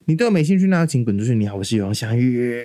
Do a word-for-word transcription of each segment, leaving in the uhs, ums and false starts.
你对我没兴趣，那请滚出去。你好，我是游泳翔宇。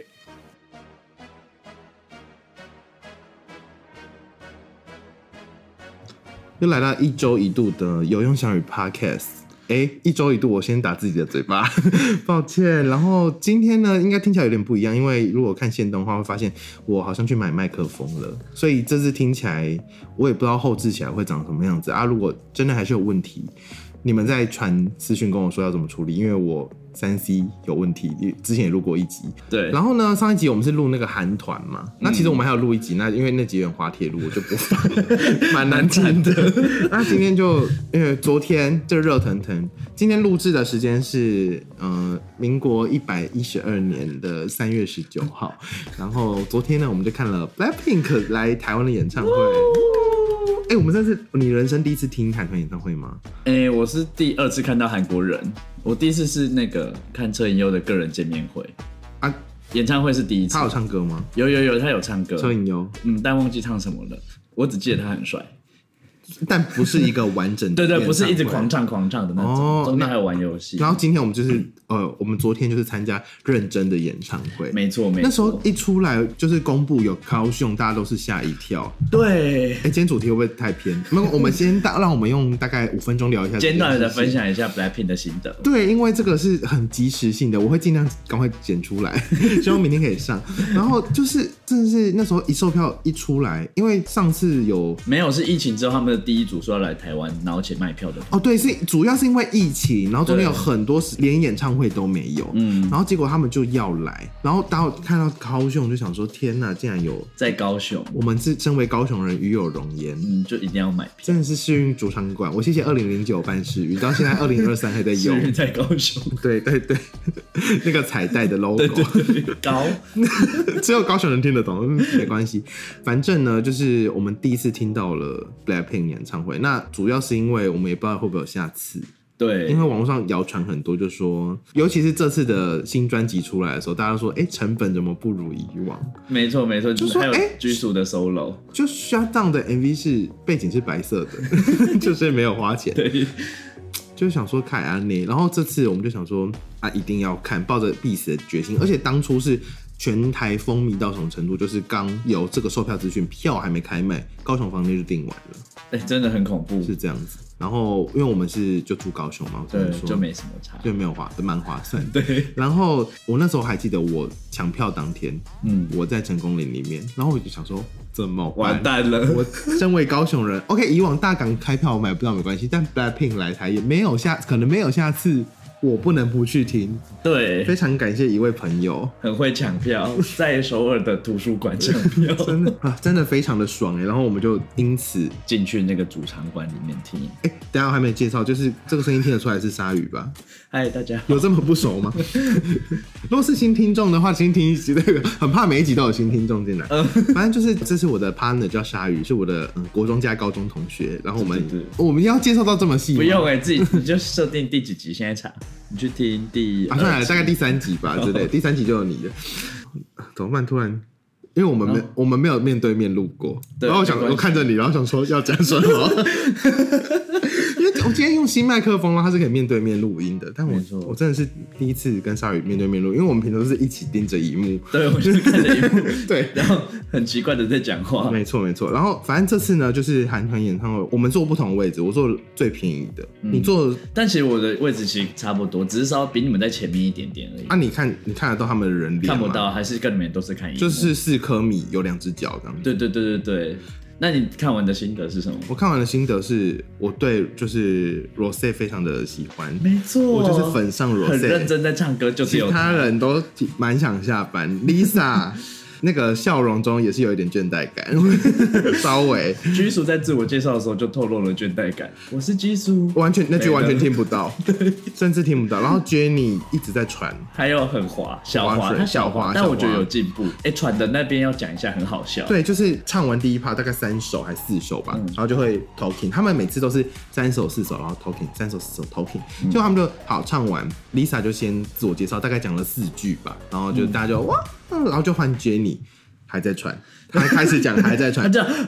又来到一周一度的游泳翔宇 Podcast。哎，一周一度，我先打自己的嘴巴，抱歉。然后今天呢，应该听起来有点不一样，因为如果看限动的话，会发现我好像去买麦克风了，所以这次听起来我也不知道后置起来会长什么样子啊。如果真的还是有问题，你们在传私讯跟我说要怎么处理，因为我三 C 有问题，之前也录过一集。 对， 然后呢，上一集我们是录那个韩团嘛，嗯、那其实我们还有录一集，那因为那集有点滑铁卢，我就不放，蛮难听的。那今天就因为昨天就热腾腾，今天录制的时间是呃民国一百一十二年的三月十九号，然后昨天呢，我们就看了 Blackpink 来台湾的演唱会。哎、欸，我们这是你人生第一次听韩团演唱会吗？ 哎、欸，我是第二次看到韩国人，我第一次是那个看车银优的个人见面会啊，演唱会是第一次。 他有唱歌吗？ 有有有，他有唱歌。 车银优， 嗯，但忘记唱什么了，我只记得他很帅。 但不是一个完整的对对，不是一直狂唱狂唱的那种，哦、中间还有玩游戏。 然后今天我们就是、嗯、呃，我们昨天就是参加认真的演唱会， 没错没错。 那时候一出来就是公布有高雄，大家都是吓一跳。 对， 哎，今天主题会不会太偏？那我们先大让我们用大概五分钟聊一下， 简短的分享一下 Blackpink 的心得。 对，因为这个是很即时性的，我会尽量赶快剪出来，希望明天可以上。然后就是真的是那时候一售票一出来，因为上次有没有是疫情之后他们的第一组说要来台湾，然后且卖票的。 哦，对，是主要是因为疫情，然后中间有很多连演唱会都没有，嗯，然后结果他们就要来，然后当我看到高雄就想说，天哪，竟然有在高雄， 我们是身为高雄人，与有荣焉， 嗯，就一定要买票， 真的是世运主场馆。我谢谢二零零九办世运，到现在二零二三还在有世运在高雄， 对对对，那个彩带的 logo， 对对对，高， 只有高雄人听得懂，没关系。反正呢，就是我们第一次听到了 Blackpink 演唱会，那主要是因为我们也不知道会不会有下次。 对， 因为网络上谣传很多，就说，尤其是这次的新专辑出来的时候，大家都说，哎、欸，成本怎么不如以往？ 没错没错， 就说， 还有居属的 solo， 就 Shutdown 的 M V 是背景是白色的，就是没有花钱。 对， 就想说凯安内，然后这次我们就想说，啊，一定要看，抱着必死的决心，而且当初是全台风靡到什么程度，就是刚有这个售票资讯，票还没开卖，高雄房间就订完了， 哎、欸，真的很恐怖， 是这样子。然后，因为我们是就住高雄嘛， 对，就没什么差， 就没有划，蛮划算。 对。 然后我那时候还记得，我抢票当天，嗯，我在成功岭里面，然后我就想说，怎么办完蛋了？ 我身为高雄人 ，OK， 以往大港开票我买不到没关系，但 Blackpink 来台也没有下，可能没有下次。我不能不去听， 对， 非常感谢一位朋友， 很会抢票，在首尔的图书馆抢票， 真的啊，真的非常的爽哎。然后我们就因此进去那个主场馆里面听。 哎，等一下我还没介绍，就是这个声音听得出来是鲨鱼吧？ 嗨，大家好， 有这么不熟吗？如果是新听众的话，先听一集，那个很怕每一集都有新听众进来。嗯，反正就是这是我的 partner 叫鲨鱼，是我的、嗯、国中加高中同学。然后我们对对对我们要介绍到这么细吗？ 不用哎、欸，自己你就设定第几集，现在查。你去听第啊，算了，大概第三集吧之类，第三集就有你的。怎么办？突然，因为我们没、哦、我们没有面对面录过，然后我想我看着你，然后想说要讲什么。因为我今天用新麦克风，它是可以面对面录音的，但我我真的是第一次跟鲨鱼面对面录，因为我们平常都是一起盯着萤幕， 对，我就是看着萤幕， 对， 然后很奇怪的在讲话， 没错没错。然后反正这次呢，就是韩团演唱会，我们坐不同的位置，我坐最便宜的，嗯、你坐， 但其实我的位置其实差不多，只是稍微比你们在前面一点点而已。 啊，你看你看得到他们的人脸吗？ 看不到，还是跟你们都是看萤幕， 就是四颗米有两只脚这样子。 对对对对对。那你看完的心得是什么？ 我看完的心得是，我对就是 Rosé 非常的喜欢， 没错， 我就是粉上 Rosé， 很认真在唱歌，就只有其他人都蛮想下班。Lisa 那个笑容中也是有一点倦怠感，稍微。 居属在自我介绍的时候就透露了倦怠感，我是居属， 完全那句完全听不到，甚至听不到。然后 Jennie 一直在传， 还有很滑，小滑，他小滑，但我觉得有进步。哎，传的那边要讲一下，很好笑。 对，就是唱完第一 part 大概三首还四首吧，嗯、然后就会 talking， 他们每次都是三首四首，然后 talking， 三首四首 talking，、嗯、就他们就好唱完 ，Lisa 就先自我介绍，大概讲了四句吧，然后就大家就、嗯、哇，然后就换 Jennie。还在传，他开始讲还在传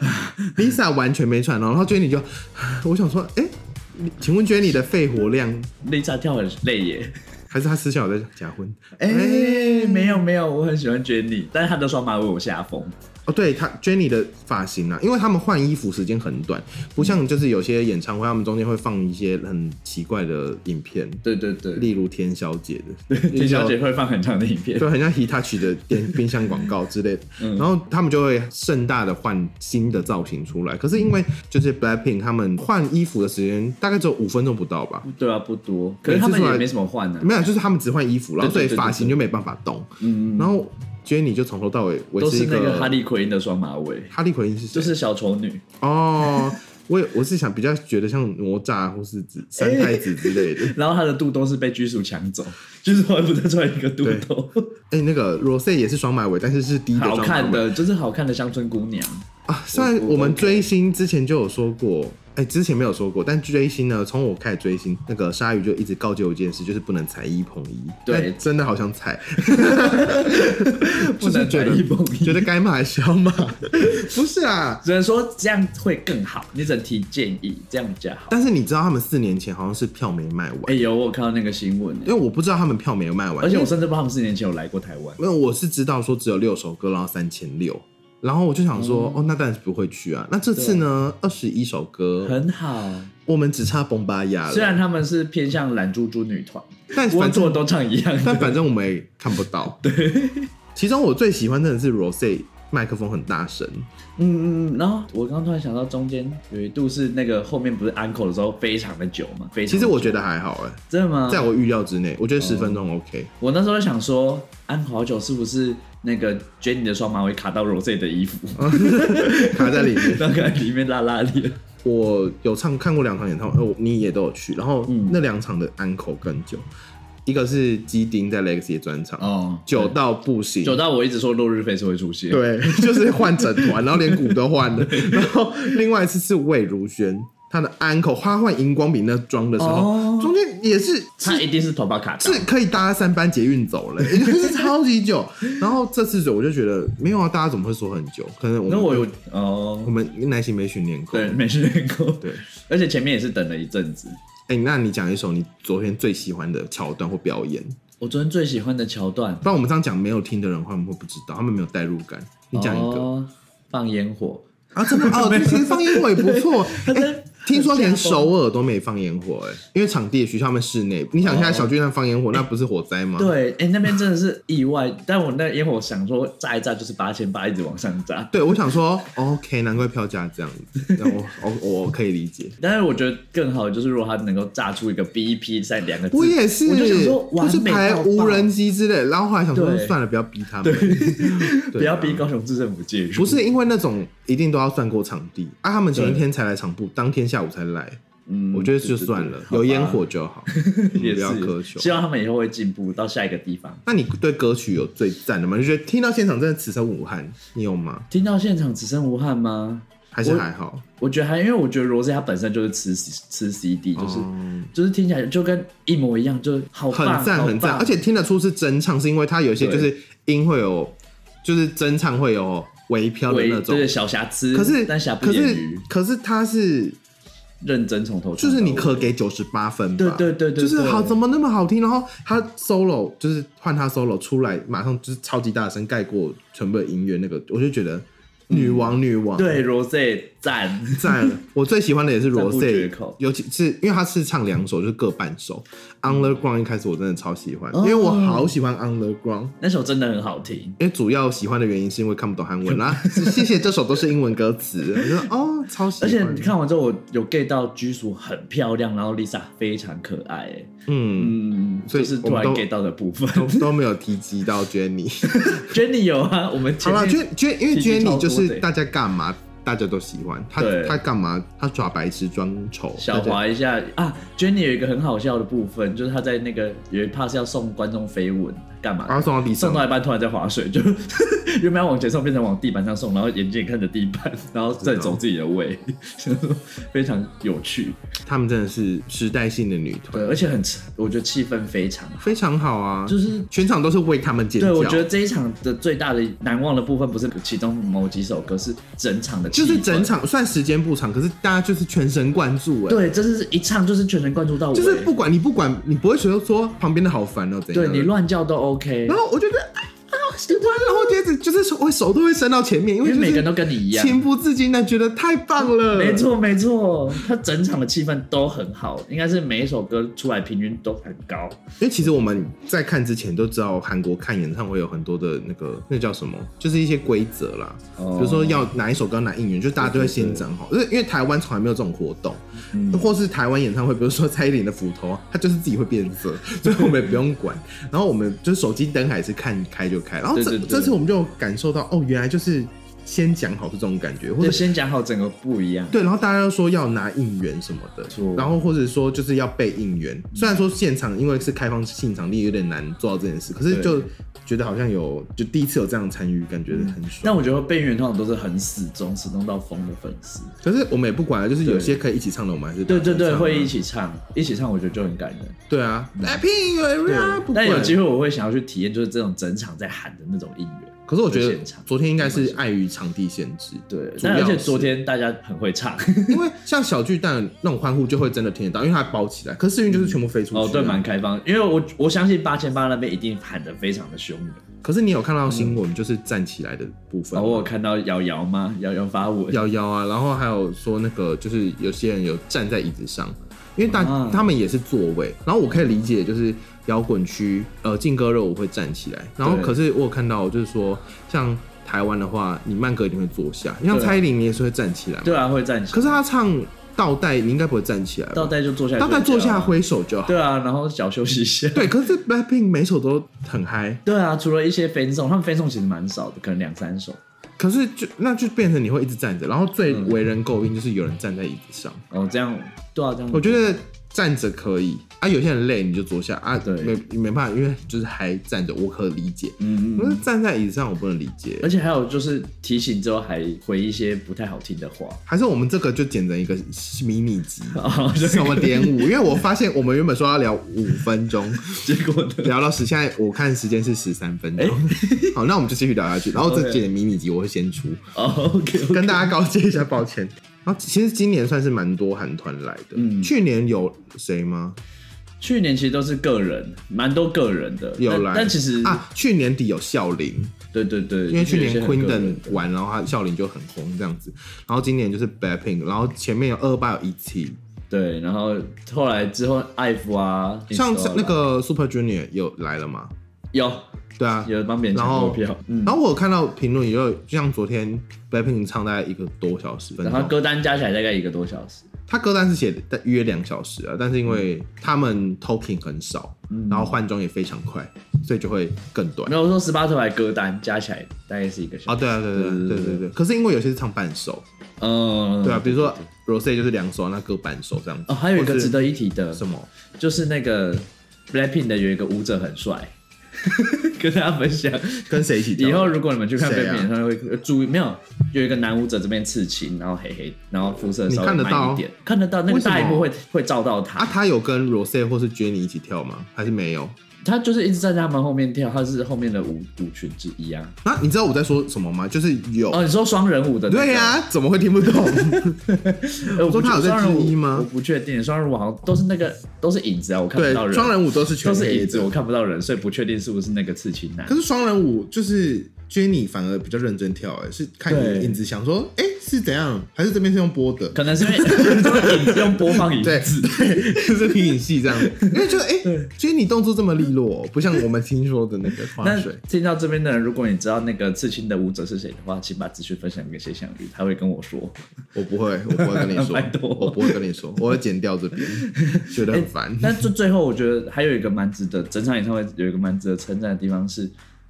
，Lisa 完全没传，然后 Jennie 就，我想说，哎、欸，请问 Jennie 的肺活量 ，Lisa 跳很累耶， 还是他私下有在假婚？ 哎、欸，没有没有，我很喜欢 Jennie， 但是他的双马尾我下风。 哦，对，他 Jennie 的发型啊，因为他们换衣服时间很短，不像就是有些演唱会，他们中间会放一些很奇怪的影片。 对对对， 例如田小姐的， 田小姐会放很长的影片， 对，很像 Hitachi 的电冰箱广告之类的。嗯、然后他们就会盛大的换新的造型出来。可是因为就是 Blackpink 他们换衣服的时间大概只有五分钟不到吧？ 对啊，不多。可是他们也没什么换呢、啊， 没有，就是他们只换衣服，然后所以发型就没办法动。嗯，然后。Jennie 就从头到尾维持一个都是那个哈利奎因的双马尾。 哈利奎因是谁？ 就是小丑女哦。我我是想比较觉得像哪吒或是三太子之类的。欸、 然后他的肚兜是被居属抢走，居属还不再出来一个肚兜。 哎、欸，那个 Rosé 也是双马尾，但是是低的双马尾， 好看的，就是好看的乡村姑娘啊。虽然我们追星之前就有说过。哎、欸，之前没有说过，但追星呢，从我开始追星，那个鲨鱼就一直告诫我一件事，就是不能踩一捧一。对，真的好想踩， 不能踩一捧一， 觉得该骂还是要骂。不是啊， 只能说这样会更好，你只能提建议，这样比较好。 但是你知道他们四年前好像是票没卖完。 哎、欸，有我有看到那个新闻， 因为我不知道他们票没有卖完， 而且我甚至不知道他们四年前有来过台湾。 因为我是知道说只有六首歌，然后三千六。然后我就想说，嗯、哦，那当然是不会去啊。那这次呢，二十一首歌很好， 我们只差崩巴亚了。 虽然他们是偏向蓝猪猪女团， 但反正都唱一样， 但反正我们也看不到。对，其中我最喜欢真的是 Rosé， 麦克风很大声。 嗯嗯，然后我刚刚突然想到，中间有一度是那个后面不是安口的时候非常的久嘛？非常的久。 其实我觉得还好哎、欸， 真的吗？ 在我预料之内，我觉得十分钟 OK、哦。 我那时候想说，安口好久是不是那个 Jennie 的双马尾卡到 Rosé 的衣服， 卡在里面， 卡在里面拉拉链。 我有唱看过两场演唱会，你也都有去，然后那两场的安口更久。一个是基丁在 Legacy 的专场，哦，久到不行， 久到我一直说落日飞是会出现， 对，就是换整团，然后连鼓都换了。然后另外一次是魏如萱，她的安口，她换荧光笔那妆的时候，哦、中间也是， 她一定是头发卡到， 是可以搭三班捷运走了，也就是超级久。然后这次我就觉得没有啊，大家怎么会说很久？可能我们那我有哦， 我们耐心没训练过， 对，没训练过， 对， 而且前面也是等了一阵子。 哎、欸，那你讲一首你昨天最喜欢的桥段或表演？ 我昨天最喜欢的桥段， 不然我们这样讲，没有听的人他们会不知道，他们没有代入感。你讲一个、 哦，放烟火啊，真的哦，其实放烟火也不错。欸听说连首尔都没放烟火、欸，因为场地学校他们室内，你想现在小巨蛋放烟火，哦、那不是火灾吗？ 对，哎、欸，那边真的是意外。但我那烟火想说炸一炸就是八千八，一直往上炸。 对，我想说 ，OK， 难怪票价这样子，我我我可以理解。 但是我觉得更好的就是，如果他能够炸出一个 B E P 在两个字， 我也是， 我就想说， 或是排无人机之类，然后后来想说，算了，不要逼他们， 不要逼高雄市政府介入。 不是因为那种一定都要算过场地啊，他们前一天才来场部，当天下午才来。嗯，我觉得就算了，有烟火就好，也不要苛求。 希望他们以后会进步到下一个地方。 那你对歌曲有最赞的吗？你觉得听到现场真的此生无憾？你有吗？ 听到现场此生无憾吗？ 还是还好？ 我, 我觉得还，因为我觉得 Rosé 他本身就是吃吃 C D， 就是、哦、就是听起来就跟一模一样，就好棒， 很赞很赞，而且听得出是真唱，是因为他有一些就是音会有，就是真唱会有微飘的那种， 对小瑕疵， 可是但瑕不掩瑜， 可是他是。 认真从头， 就是你可给九十八分吧， 对对对 对, 对， 就是好，怎么那么好听？然后他 solo 就是换他 solo 出来，马上就是超级大声盖过全部的音乐，那个我就觉得女王、嗯、女王， 对 Rosé 赞赞，我最喜欢的也是 Rosé， 尤其是因为他是唱两首，就是各半首。Underground 一开始我真的超喜欢，哦、因为我好喜欢 Underground 那首真的很好听。 因为主要喜欢的原因是因为看不懂韩文啦，谢谢这首都是英文歌词，我觉得哦超喜欢。 而且你看完之后，我有 get 到居属很漂亮，然后 Lisa 非常可爱，哎，嗯嗯，所以是突然 get 到的部分都, 都没有提及到 Jennie。Jennie 有啊，我们好了，因为 Jennie 就是大家干嘛？大家都喜欢他，他干嘛？他耍白痴装丑， 小滑一下啊！Jennie 有一个很好笑的部分，就是他在那个有一 part 是要送观众飞吻， 干嘛的， 然后送到地上， 送到一半突然在滑水，就原本要往前送，变成往地板上送，然后眼睛也看着地板，然后再走自己的位，非常有趣。 他们真的是时代性的女团， 对，而且很，我觉得气氛非常好， 非常好啊， 就是全场都是为他们尖叫。 对，我觉得这一场的最大的难忘的部分不是其中某几首歌，是整场的气氛， 就是整场虽然时间不长，可是大家就是全神贯注哎。 对，这是一唱就是全神贯注到尾， 就是不管你不管你不会觉得说旁边的好烦哦、喔，怎样？ 对你乱叫都 OK。 然后我觉得。喜欢，然后接着就是会手都会伸到前面，因为每个人都跟你一样， 情不自禁的觉得太棒了。 没错没错，他整场的气氛都很好，应该是每一首歌出来平均都很高。 因为其实我们在看之前都知道，韩国看演唱会有很多的那个那叫什么，就是一些规则啦，哦、比如说要哪一首歌哪应援，就大家都会先讲好。因为因为台湾从来没有这种活动，嗯、或是台湾演唱会，比如说蔡依林的斧头，它就是自己会变色，所以我们也不用管。然后我们就是手机灯还是看开就开，然后这对对对这次我们就感受到哦，原来就是先讲好是这种感觉，或者先讲好整个不一样。 对，然后大家都说要拿应援什么的，然后或者说就是要备应援。虽然说现场因为是开放性场地有点难做到这件事，可是就觉得好像有就第一次有这样参与，感觉很爽。 但我觉得备应援通常都是很死忠、死忠到疯的粉丝。 可是我们也不管了，就是有些可以一起唱的，我们还是对对对会一起唱，一起唱，我觉得就很感人。 对啊，来拼应援， 但有机会我会想要去体验，就是这种整场在喊的那种应援。 可是我觉得昨天应该是碍于场地限制， 对，但而且昨天大家很会唱， 因为像小巨蛋那种欢呼就会真的听得到，因为它包起来。可是世运就是全部飞出去、啊， 哦，对，蛮开放。因为我我相信八千八那边一定喊得非常的凶的。 可是你有看到新闻，就是站起来的部分、 嗯？哦，我有看到瑶瑶吗？瑶瑶发文， 瑶瑶啊，然后还有说那个就是有些人有站在椅子上，因为大、啊、他们也是座位，然后我可以理解就是。摇滚区，呃，劲歌热舞会站起来，然后可是我有看到，就是说，像台湾的话，你慢歌一定会坐下，你像蔡依林，你也是会站起来嘛， 对啊，会站起来。 可是他唱倒带，你应该不会站起来吧， 倒带就坐下， 倒带坐下挥手就好。 对啊，然后脚休息一下。 对，可是 Blackpink 每首都很嗨。 对啊，除了一些 fan song， 他们 fan song 其实蛮少的，可能两三首。 可是就那就变成你会一直站着，然后最为人诟病就是有人站在椅子上。 嗯、哦，这样对啊，这样。 我觉得站着可以啊，有些人累你就坐下啊，对，没没办法，因为就是还站着，我可理解。嗯嗯。可是站在椅子上我不能理解。 而且还有就是提醒之后还回一些不太好听的话。 还是我们这个就剪成一个迷你集，什么点五？因为我发现我们原本说要聊五分钟， 结果聊到十，现在我看时间是十三分钟。欸、好，那我们就继续聊下去。然后这剪迷你集我会先出。 哦 ，OK， 跟大家告诫一下，抱歉。然后其实今年算是蛮多韩团来的，嗯，去年有谁吗？ 去年其实都是个人，蛮多个人的有来， 但其实啊，去年底有孝琳， 对对对， 因为去年 Queendom 玩，然后他孝琳就很红这样子，然后今年就是 Blackpink， 然后前面有二八有一期， 对，然后后来之后 I F 啊， 像那个 Super Junior 有来了吗？ 有。 对啊， 有帮别人抢购票、 嗯，然后我有看到评论，也有就像昨天 Blackpink 唱大概一个多小时， 然后歌单加起来大概一个多小时。 他歌单是写约两小时啊，但是因为他们 talking 很少，嗯、然后换装也非常快，所以就会更短。 没有说 Spotify 歌单加起来大概是一个小时。 啊，对啊，对对对对 对, 對, 對。可是因为有些是唱半首，嗯，对啊，比如说 Rosé 就是两首，那歌半首这样子。 哦，还有一个值得一提的什么， 就是那个 Blackpink 的有一个舞者很帅。跟大家分享， 跟谁一起？ 以后如果你们去看 Blackpink 演唱会，会注意没有有一个男舞者这边刺青，然后黑黑，然后肤色稍微白一点，看得到那个大荧幕会会照到他。 啊，他有跟 Rosé 或是 Jennie 一起跳吗？还是没有？ 他就是一直站在他们后面跳，他是后面的舞舞群之一啊。 那你知道我在说什么吗？就是有哦，你说双人舞的、那個？ 对呀、啊，怎么会听不懂？我说他有在之一吗？ 我不确定，双人舞好像都是那个都是影子啊，我看不到人。 双人舞都是全都是影子，我看不到人，所以不确定是不是那个刺青男。 可是双人舞就是 Jennie 反而比较认真跳、欸，哎，是看你影子想说，哎、欸，是怎样？还是这边是用播的？ 可能是因为影子用播放影子， 对，就是皮影戏这样。因为觉得，哎、欸、，Jennie 动作这么利落、喔，不像我们听说的那个花水。 听到这边的人，如果你知道那个刺青的舞者是谁的话，请把资讯分享给谢祥宇，他会跟我说。 我不会，我不会跟你说，我不会跟你说，我会剪掉这边，觉得很烦、欸。 但最最后，我觉得还有一个蛮值得，整场演唱会有一个蛮值得称赞的地方是，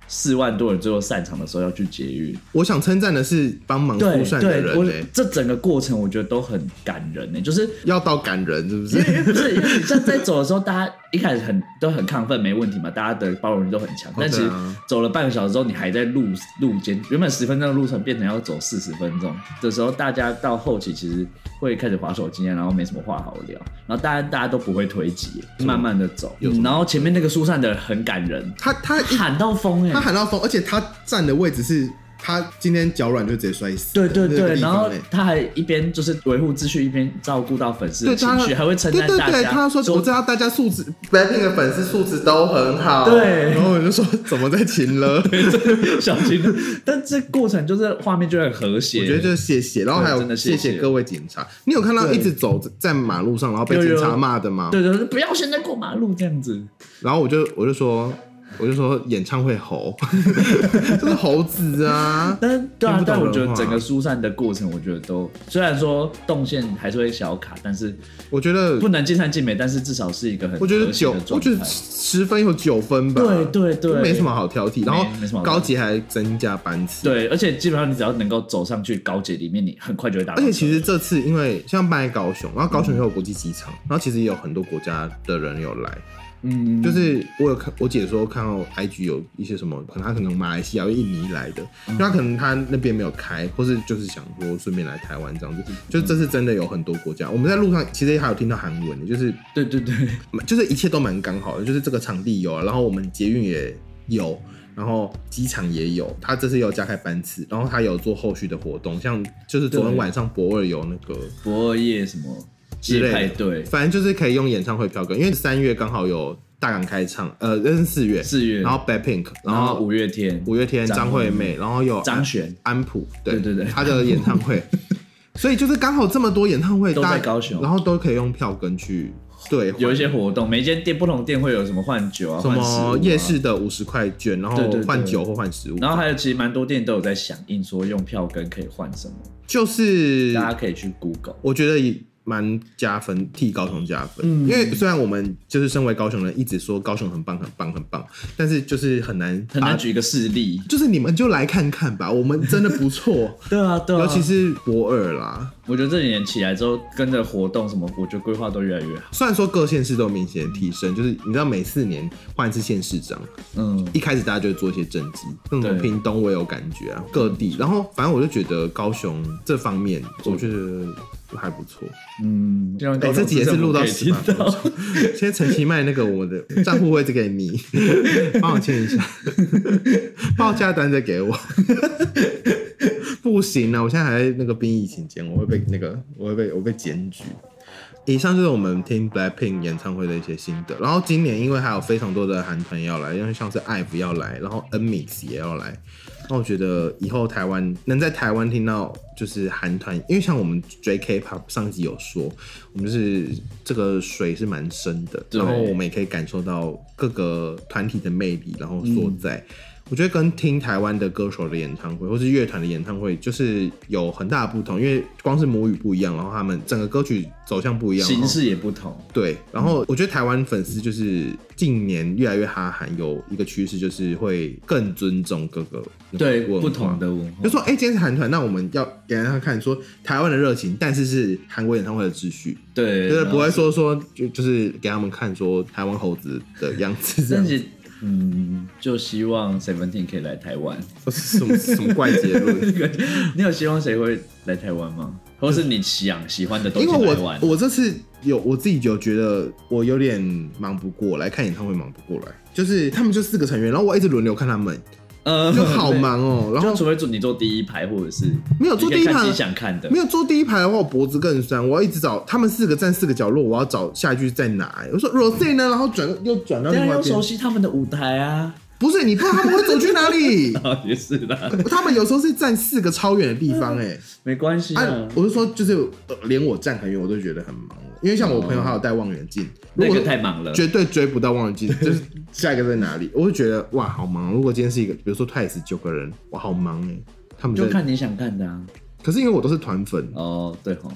四万多人最后散场的时候要去捷运。 我想称赞的是帮忙疏散的人、欸， 对，这整个过程我觉得都很感人呢、欸，就是要到感人是不是？ 因为不是，因为你像在走的时候，大家一开始很都很亢奋，没问题嘛，大家的包容力都很强。但其实走了半个小时之后，你还在路路间，原本十分钟的路程变成要走四十分钟的时候，大家到后期其实会开始滑手机，然后没什么话好聊，然后大家大家都不会推挤，慢慢的走、嗯，然后前面那个疏散的人很感人， 他他喊到疯哎、欸， 他喊到疯，而且他站的位置是。他今天脚软就直接摔死， 对对对，然后他还一边就是维护秩序，一边照顾到粉丝的情绪，还会称赞大家。 对对对，他说我知道大家素质 ，Blackpink 的粉丝素质都很好。 对， 然后我就说怎么在情了， 小情了。但这过程就是画面就很和谐， 我觉得就是谢谢，然后还有谢谢各位警察。你有看到一直走在马路上，然后被警察骂的吗？ 对对对，不要现在过马路这样子。 然后我就我就说。我就说演唱会猴，就是猴子啊！ 但对啊，但我觉得整个疏散的过程，我觉得都虽然说动线还是会小卡，但是我觉得不能尽善尽美，但是至少是一个很我觉得九，我觉得十分有九分吧。 对对对， 没什么好挑剔。然后高捷还增加班次， 对，而且基本上你只要能够走上去高捷里面，你很快就会达到。 而且其实这次因为像办在高雄，然后高雄也有国际机场，嗯、然后其实也有很多国家的人有来。嗯，就是我有看我姐说看到 I G 有一些什么，可能他可能马来西亚、印尼来的，因为他可能他那边没有开，或是就是想说顺便来台湾这样子。就是这次真的有很多国家，我们在路上其实还有听到韩文的，就是对对对， 就是一切都蛮刚好的，就是这个场地有，然后我们捷运也有。然后机场也有，他这次有加开班次，然后他有做后续的活动，像就是昨天晚上博二有那个博二夜什么之类的，对， 反正就是可以用演唱会票根，因为三月刚好有大港开唱，呃，那是四月， 四月， 然后 Blackpink， 然后五月天， 五月天张惠妹，然后有张悬、 安普，对对对对， 他的演唱会，所以就是刚好这么多演唱会都在高雄， 然后都可以用票根去。对， 有一些活动，每一间店不同店会有什么换酒啊， 什么夜市的五十块券，然后换酒或换食物， 然后还有其实蛮多店都有在响应说用票根可以换什么， 就是大家可以去 Google， 我觉得蛮加分，替高雄加分。嗯，因为虽然我们就是身为高雄人，一直说高雄很棒、很棒、很棒，但是就是很难很难举一个事例。 就是你们就来看看吧，我们真的不错。 对啊，对啊， 尤其是博二啦。 我觉得这几年起来之后，跟着活动什么，我觉得规划都越来越好。 虽然说各县市都有明显的提升，就是你知道每四年换一次县市长，嗯，一开始大家就会做一些政绩，那种屏东我有感觉啊，各地。然后反正我就觉得高雄这方面，我觉得还不错。嗯，哎、欸，这集也是录到十八分钟。现在陈其迈那个我的账户位置给你，帮我签一下，报价单再给我。不行啊！我现在还在那个兵役期间，我会被那个，我会被我会被检举。以上就是我们听 Blackpink 演唱会的一些心得。然后今年因为还有非常多的韩团要来，因为像是 I V E 要来，然后 N M I X 也要来。那我觉得以后台湾能在台湾听到就是韩团，因为像我们追 K-pop 上集有说，我们就是这个水是蛮深的，然后我们也可以感受到各个团体的魅力，然后所在。嗯，我觉得跟听台湾的歌手的演唱会或是乐团的演唱会就是有很大的不同，因为光是母语不一样，然后他们整个歌曲走向不一样， 形式也不同。 对，然后我觉得台湾粉丝就是近年越来越哈韩，有一个趋势就是会更尊重各个对不同的文化， 就说哎、欸，今天是韩团，那我们要给人家看说台湾的热情，但是是韩国演唱会的秩序， 对， 就是不会说说就就是给他们看说台湾猴子的样子这样子。 嗯，就希望 Seventeen 可以来台湾。 什么什么怪结论？ 你有希望谁会来台湾吗？或是你想喜欢的都进来玩？ 因为我我这次有我自己就觉得我有点忙不过来，看演唱会忙不过来，就是他们就四个成员，然后我一直轮流看他们。呃，就好忙哦、喔。然后就除非你坐第一排，或者是没有坐第一排， 自己想看的。 没有坐第一排的话，我脖子更酸。我要一直找他们四个站四个角落，我要找下一句在哪、欸。我说 Rosé 呢，然后转又转到另外一边。 要熟悉他们的舞台啊。 不是，你不知道他们会走去哪里。 也是啦， 他们有时候是站四个超远的地方、欸，哎， 没关系啊。 啊我是说，就是、呃、连我站很远，我都觉得很忙。因为像我朋友他有带望远镜， 那个太忙了， 绝对追不到望远镜，就是下一个在哪里，我就觉得哇好忙。如果今天是一个，比如说 Twice 九个人，哇好忙哎、欸，他们就看你想看的啊。 可是因为我都是团粉哦，对吼，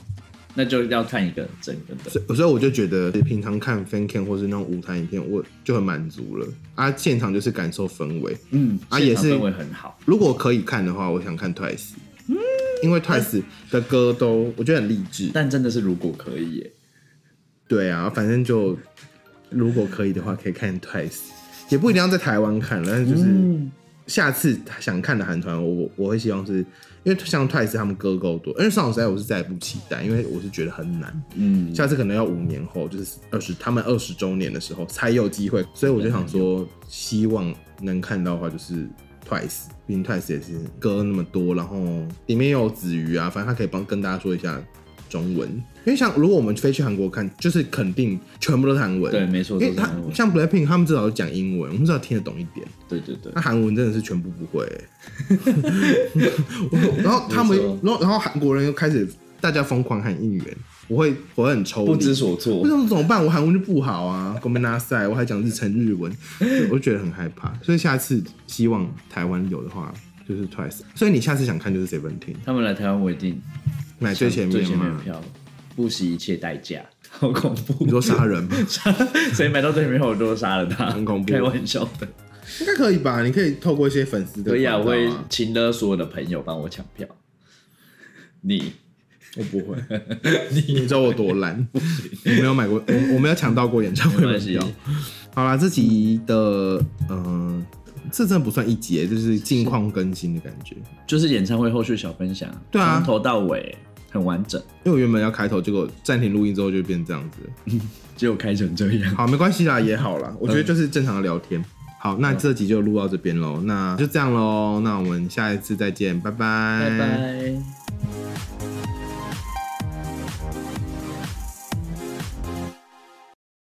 那就要看一个整个的。 所以所以我就觉得平常看 fan cam 或是那种舞台影片，我就很满足了啊。现场就是感受氛围， 嗯， 啊也是氛围很好。 如果可以看的话，我想看 Twice，、嗯、因为 Twice 的歌都我觉得很励志。 但真的是如果可以耶。 对啊，反正就如果可以的话，可以看 Twice， 也不一定要在台湾看了，但是就是。嗯下次想看的韩团，我我会希望是因为像 Twice 他们歌够多，因为少女时代我是再也不期待，因为我是觉得很难。嗯，下次可能要五年后，就是二十他们二十周年的时候才有机会，所以我就想说，希望能看到的话就是 Twice， 毕竟 Twice 也是歌那么多，然后里面又有子瑜啊，反正他可以帮跟大家说一下中文。因为像如果我们飞去韩国看，就是肯定全部都是韩文， 对，没错， 因为他像 Blackpink 他们至少是讲英文，我们至少听得懂一点。 对对对， 那韩文真的是全部不会、欸，然后他们，然后然后韩国人又开始大家疯狂喊应援，我会我会很抽离， 不知所措。 为什么怎么办？我韩文就不好啊，ごめんなさい，我还讲日成日文，我就觉得很害怕。所以下次希望台湾有的话就是 Twice， 所以你下次想看就是 Seventeen， 他们来台湾我一定买最前面最前面票。不惜一切代价，好恐怖！ 你说杀人吗？ 谁买到最前面我都杀了他， 很恐怖。 开玩笑的， 应该可以吧？你可以透过一些粉丝的、啊， 可以啊，我会请了所有的朋友帮我抢票。你， 我不会，你你知道我多懒，我没有买过，我我没有抢到过演唱会门票。好啦，这集的呃，这真的不算一集，就是近况更新的感觉， 就是演唱会后续小分享， 对啊， 从头到尾。很完整， 因为我原本要开头，结果暂停录音之后就变这样子了， 结果开成这样。 好，没关系啦，也好啦，我觉得就是正常的聊天。好，那这集就录到这边喽，那就这样喽，那我们下一次再见，拜拜， 拜拜。